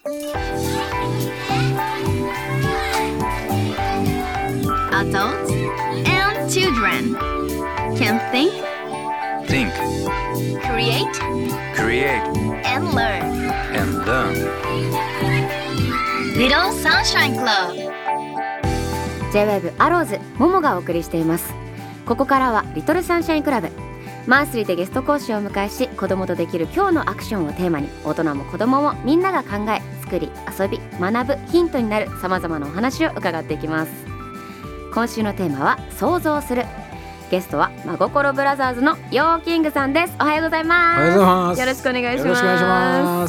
Adults and children can think, create, and learn. Little Sunshine Club J-WAVE アローズモモがお送りしています。ここからはリトルサンシャインクラブ。マンスリーでゲスト講師をお迎えし、子供とできる今日のアクションをテーマに、大人も子供もみんなが考え、作り、遊び、学ぶヒントになる様々なお話を伺っていきます。今週のテーマは想像する。ゲストは真心ブラザーズのヨーキングさんです。おはようございます。 おはようございます。 よろしくお願いします。 よろしくお願いします。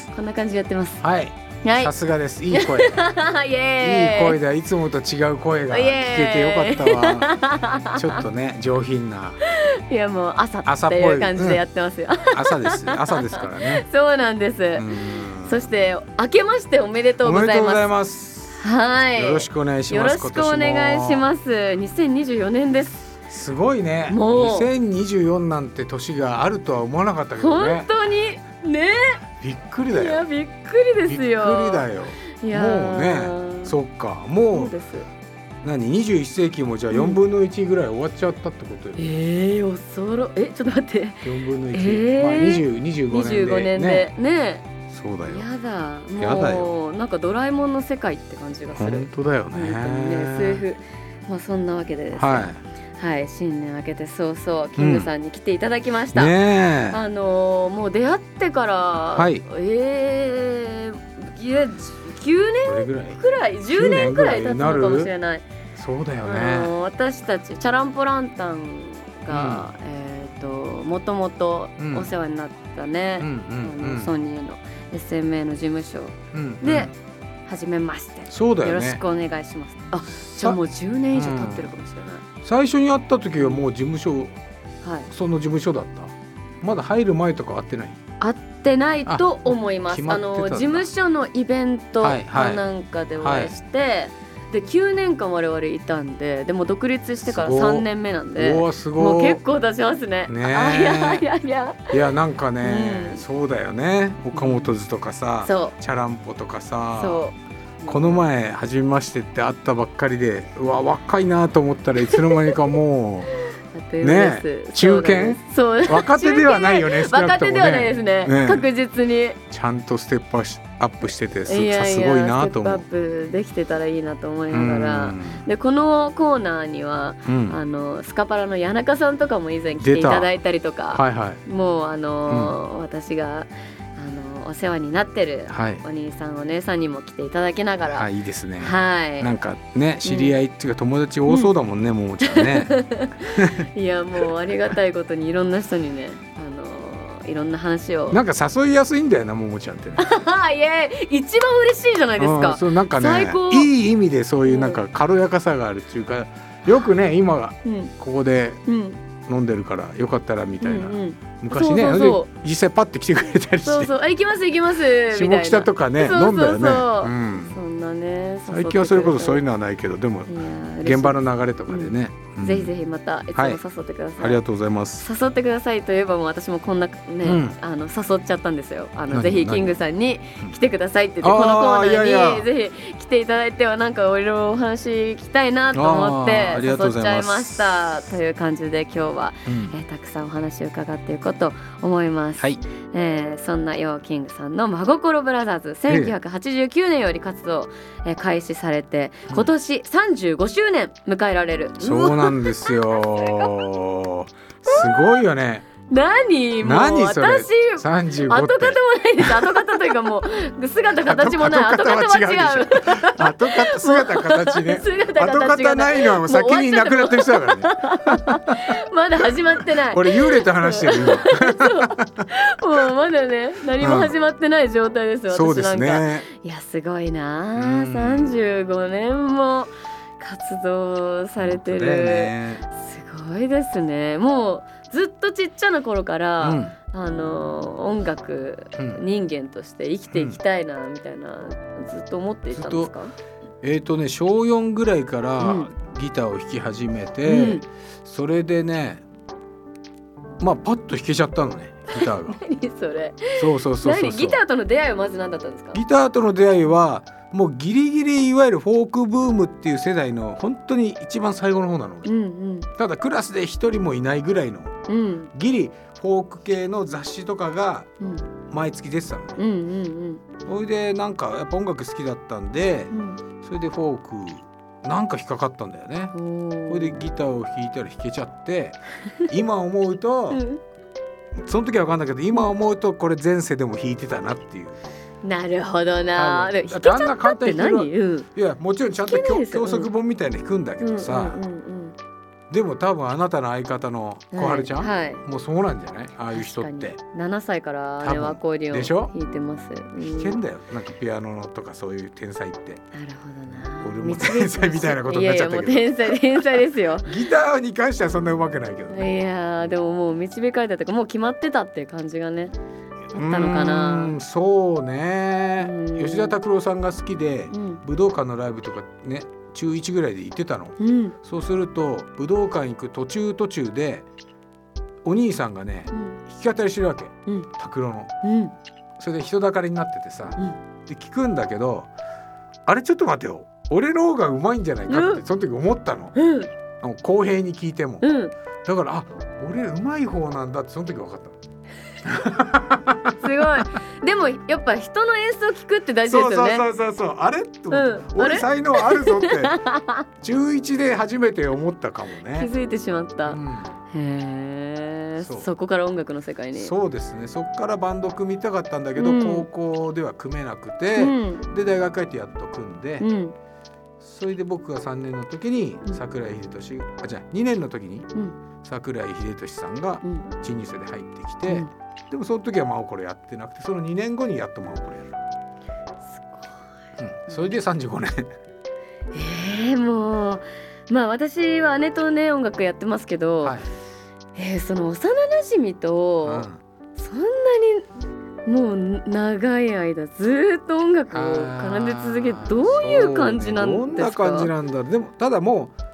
こんな感じでやってます。 はい、 はい、 さすがです。いい声イエーイ。いい声で、いつもと違う声が聞けてよかったわ。ちょっとね、上品な。 いや、もう朝っていう感じでやってますよ。 朝ですからね。 そうなんです。そして明けましておめでとうございます。 おめでとうございます。 はい、 よろしくお願いします。 よろしくお願いします。2024年です。 すごいね。 もう 2024なんて年があるとは思わなかったけどね。 本当にね。 びっくりだよ。 いや、びっくりですよ。 びっくりだよ。 いやもうね、そっか、もう何、21世紀もじゃあ4分の1ぐらい終わっちゃったってことよ。 恐ろ。ちょっと待って。 4分の1、まあ25年でね。そうだよ。 やだ。もうなんかドラえもんの世界って感じがする。 本当だよね。 SF。まあそんなわけでですね。はい、新年明けて早々キングさんに来ていただきました。もう出会ってから、いや9年くらい、10年くらい経つのかもしれない。 そうだよね。 私たちチャランポランタンが、もともとお世話になったね、ソニーの SMA の事務所で初めまして、 そうだよね、 よろしくお願いします。あ、じゃあもう10年以上経ってるかもしれない。 最初に会った時はもう事務所、その事務所だった。まだ入る前とか会ってない？ 会ってないと思います。事務所のイベントなんかでお会いして、で9年間我々いたんで、でも独立してから3年目なんで、もう結構経ちますね。いや、 なんかね、そうだよね。岡本図とかさ、チャランポとかさ、この前初めましてって会ったばっかりで、うわ若いなと思ったらいつの間にかもうね、中堅、若手ではないよね。 若手ではないですね、確実にちゃんとステップアップしてて、すごいなと思う。 ステップアップできてたらいいなと思いながら、でこのコーナーには、スカパラの谷中さんとかも以前来ていただいたりとか、もう私がお世話になってるお兄さんお姉さんにも来ていただきながら、 いいですね。なんかね、知り合いっていうか友達多そうだもんね、ももちゃんね。 いや、もうありがたいことにいろんな人にね、いろんな話をなんか誘いやすいんだよな、ももちゃんってね。 一番嬉しいじゃないですか。 そう、なんかね、いい意味でそういうなんか軽やかさがあるっていうか、よくね、今ここで飲んでるからよかったらみたいな、昔ね、実際パッて来てくれたりして、 行きますみたいな、 下北とかね、飲んだよね。 そんなね、 最近はそれこそそういうのはないけど、でも現場の流れとかでね、 ぜひぜひまたいつも誘ってください。 ありがとうございます。 誘ってくださいといえば、もう私もこんなね、誘っちゃったんですよ。ぜひキングさんに来てくださいって言って、このコーナーにぜひ来ていただいては、なんかいろいろお話聞きたいなと思って誘っちゃいましたという感じで、今日はたくさんお話を伺っていこうと思います。そんなヨーキングさんの真心ブラザーズ、1989年より活動開始されて、今年35周年迎えられる。 そうなんですよ。すごいよね。 何それ、 私 35って跡形もないです。跡形というか、もう姿形もない。跡形は違う。 跡形、姿形ね。跡形ないのはもう先に亡くなってる人だからね。 まだ始まってない。 俺幽霊と話してる今。 もうまだね、何も始まってない状態ですよ。 そうですね。 いや、すごいな。35年も活動されてる。すごいですね。もうずっとちっちゃな頃から、音楽人間として生きていきたいなみたいな、ずっと思っていたんですか？ 小4ぐらいからギターを弾き始めて、それでね、まあパッと弾けちゃったのね。 ギターが。 何それ。 そうギターとの出会いはまず何だったんですか？ ギターとの出会いはもうギリギリいわゆるフォークブームっていう世代の本当に一番最後の方なの、ただクラスで一人もいないぐらいの、ギリフォーク系の雑誌とかが毎月出てたの、それでなんかやっぱ音楽好きだったんで、それでフォークなんか引っかかったんだよね。それでギターを弾いたら弾けちゃって今思うと、その時は分かんないけど今思うとこれ前世でも弾いてたなっていう。 なるほどな。 弾けちゃったって何？いやもちろんちゃんと教則本みたいに弾くんだけどさ、でも多分あなたの相方の小春ちゃん、もうそうなんじゃない？ああいう人って 7歳からねアコーディオン弾いてます。 弾けんだよ、なんかピアノのとかそういう天才って。 なるほどな。 俺も天才みたいなことになっちゃったけど。 いやいやもう天才ですよ。 ギターに関してはそんな上手くないけどね。 いやでももう導かれたとかもう決まってたっていう感じがねあったのかな。 そうね。吉田拓郎さんが好きで、武道館のライブとかね中1ぐらいで行ってたの、そうすると武道館行く途中でお兄さんがね、弾き語りしてるわけ、拓郎の、それで人だかりになっててさ、で聞くんだけど、あれちょっと待てよ、俺の方がうまいんじゃないかってその時思ったの、公平に聞いても、だから俺うまい方なんだってその時分かったの。 すごい。でもやっぱ人の演奏を聞くって大事ですよね。 そうあれと思って、俺才能あるぞって中1で初めて思ったかもね。 気づいてしまった、へえ。そこから音楽の世界に。 そうですね。そこからバンド組みたかったんだけど、高校では組めなくて、で大学帰ってやっと組んで、それで僕が3年の時に桜井秀俊、2年の時に桜井秀俊さんが新入生で入ってきて、でもその時は真心やってなくて、その2年後にやっと真心やる。すごい、それで35年。 もうまあ私は姉とね音楽やってますけど、その幼馴染とそんなにもう長い間ずっと音楽を奏で続けてどういう感じなんですか？ どんな感じなんだ。でもただもう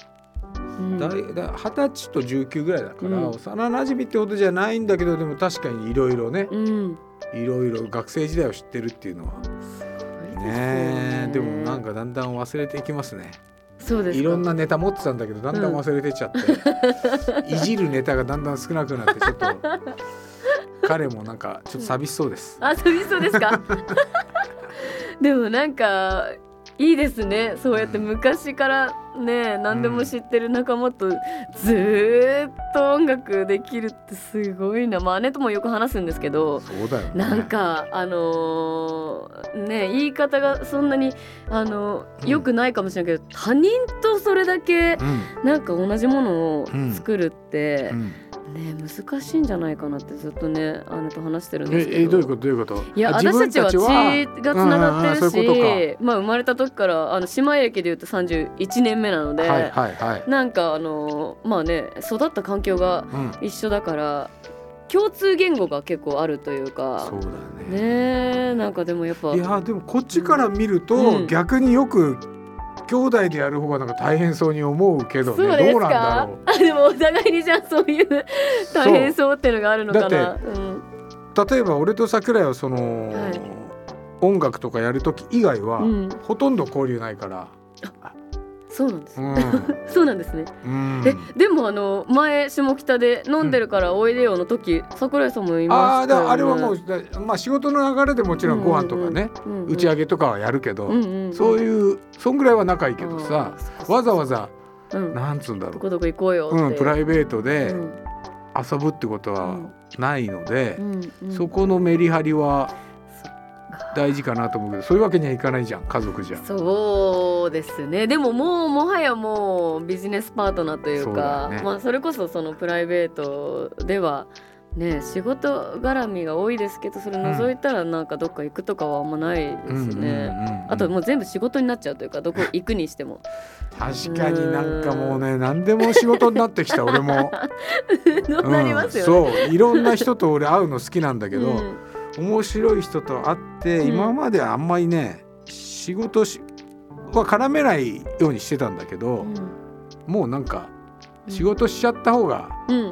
20歳と19ぐらいだから、幼馴染ってことじゃないんだけど、でも確かにいろいろね、いろいろ学生時代を知ってるっていうのはね。でもなんかだんだん忘れていきますね。 そうですか。 いろんなネタ持ってたんだけどだんだん忘れてっちゃって、いじるネタがだんだん少なくなって、ちょっと彼もなんかちょっと寂しそうです。 寂しそうですか？でもなんかいいですね。そうやって昔からね何でも知ってる仲間とずっと音楽できるってすごいな。姉ともよく話すんですけど、 そうだよね、 なんか言い方がそんなに良くないかもしれないけど、他人とそれだけなんか同じものを作るって、難しいんじゃないかなってずっとね姉と話してるんですけど。 どういうこと？ いや私たちは血がつながってるし、生まれた時から姉妹歴でいうと31年目なので、なんか育った環境が一緒だから、共通言語が結構あるというか。 そうだね。 なんかでもやっぱ、 いやでもこっちから見ると、逆によく兄弟でやる方がなんか大変そうに思うけどね。 そうですか？ どうなんだろう。 でもお互いにじゃあそういう大変そうっていうのがあるのかな。 だって、例えば俺と桜井はその、音楽とかやる時以外は、ほとんど交流ないから。 そうなんです、そうなんですね、でも前下北で飲んでるからおいでよの時、桜井さんもいましたよね。 あれはもう、仕事の流れでもちろんご飯とかね、打ち上げとかはやるけど、そういうそんぐらいは仲いいけどさ、わざわざ、なんつうんだろう、 どこどこ行こうよって、 プライベートで遊ぶってことはないので、そこのメリハリは大事かなと思うけど、そういうわけにはいかないじゃん、家族じゃん。 そうですね。でももはやもうビジネスパートナーというか、それこそそのプライベートではね、仕事絡みが多いですけど、それ除いたらなんかどっか行くとかはあんまないですね。あともう全部仕事になっちゃうというか、どこ行くにしても確かになんかもうね、何でも仕事になってきた俺もそうなりますよね。 そう、いろんな人と俺会うの好きなんだけど、面白い人と会って、今まではあんまりね仕事は絡めないようにしてたんだけど、もうなんか仕事しちゃった方が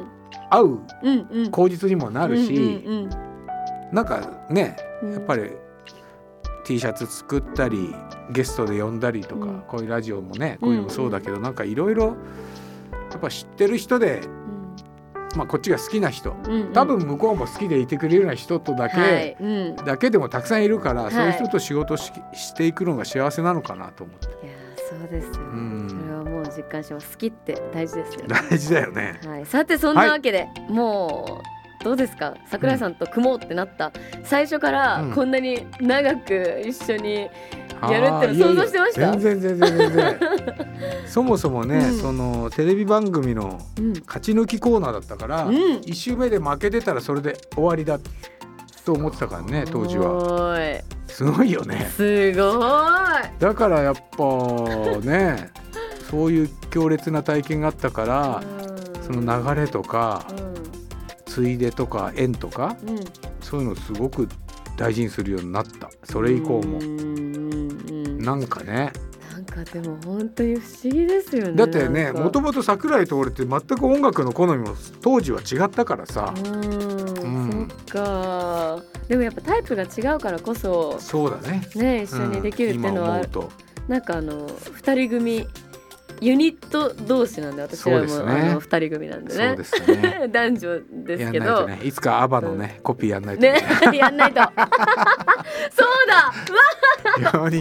合う口実にもなるし、なんかねやっぱり T シャツ作ったりゲストで呼んだりとか、こういうラジオもねこういうのもそうだけど、なんかいろいろやっぱ知ってる人で、こっちが好きな人、多分向こうも好きでいてくれるような人とだけでもたくさんいるから、そういう人と仕事していくのが幸せなのかなと思って。 いやそうですよ、それはもう実感します。好きって大事ですよね。 大事だよね、 さてそんなわけで、もうどうですか、桜井さんと組もうってなった、最初からこんなに長く一緒にやるって想像してました？ 全然そもそもね、そのテレビ番組の勝ち抜きコーナーだったから、1週目で負けてたらそれで終わりだと思ってたからね、当時は。すごいよね。 すごい。 だからやっぱねそういう強烈な体験があったから、その流れとか、ついでとか縁とか、そういうのをすごく大事にするようになった。それ以降もなんかね、 なんかでも本当に不思議ですよね。 だってね、もともと桜井徹って全く音楽の好みも当時は違ったからさ。そっか。でもやっぱタイプが違うからこそ、 そうだね。 ね、一緒にできるっていうのは、なんか2人組ユニット同士なんで、私らも2人組なんでね。そうですね。男女ですけど、 いつかアバのねコピーやんないとね。 やんないと。そうだ。 やろう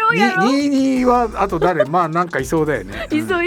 22はあと誰、なんかいそうだよね。 いそう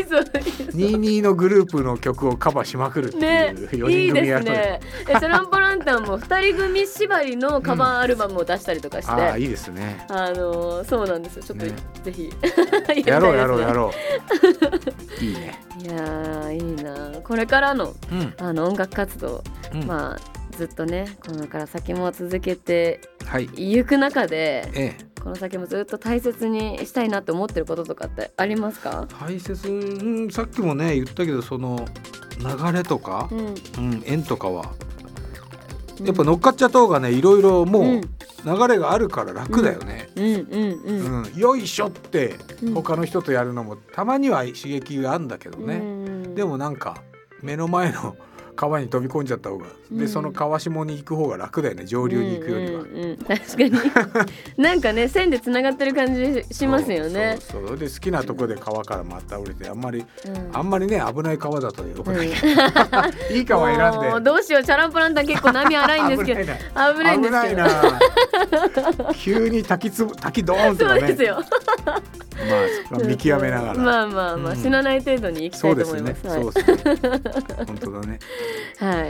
22のグループの曲をカバーしまくるっていう4人組やる。いいですね。チャランポランタンも2人組縛りのカバーアルバムを出したりとかして、 いいですね。 そうなんですよ。ちょっとぜひやろういいね。 いやいいな。これからの音楽活動、ずっとねこのから先も続けていく中で、この先もずっと大切にしたいなって思ってることとかってありますか？ 大切、さっきもね言ったけど、その流れとか、縁とかはやっぱ乗っかっちゃった方がね、いろいろもう流れがあるから楽だよね。よいしょって他の人とやるのもたまには刺激があるんだけどね。でもなんか目の前の川に飛び込んじゃった方が、でその川下に行く方が楽だよね、上流に行くよりは。 確かになんかね線でつながってる感じしますよね。 そうで好きなとこで川からまた降りて、あんまりね危ない川だとよくない、いい川選んで。 どうしよう、チャランポランタン結構波荒いんですけど危ないんですけど急に滝ドーンとかね。 そうですよ。 見極めながら死なない程度に行きたいと思います。 そうですね。本当だね。 はい。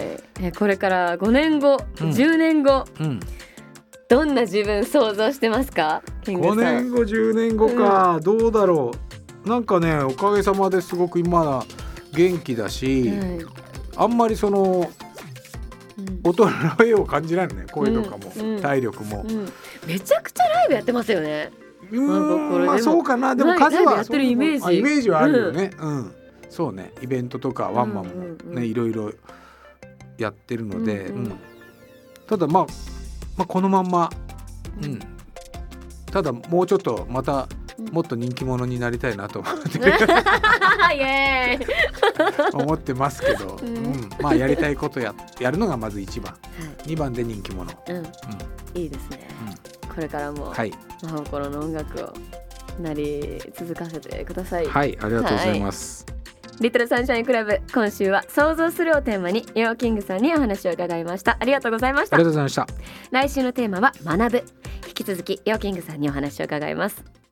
これから5年後、10年後、どんな自分想像してますか？ 5年後10年後か、どうだろう。なんかねおかげさまですごく今元気だし、あんまりその衰えを感じないのね。声とかも、体力も、 めちゃくちゃライブやってますよね。 そうかな。でも数はやってるイメージはあるよね。そうね、イベントとかワンマンもねいろいろやってるので、ただこのまんま、ただもうちょっとまたもっと人気者になりたいなと思って思ってますけど、やりたいことやるのがまず1番、2番で人気者。 いいですね。これからも真心の音楽をなり続かせてください。 はい、ありがとうございます。 リトルサンシャインクラブ、今週は想像するをテーマにヨーキングさんにお話を伺いました。ありがとうございました。 ありがとうございました。 来週のテーマは学ぶ。引き続きヨーキングさんにお話を伺います。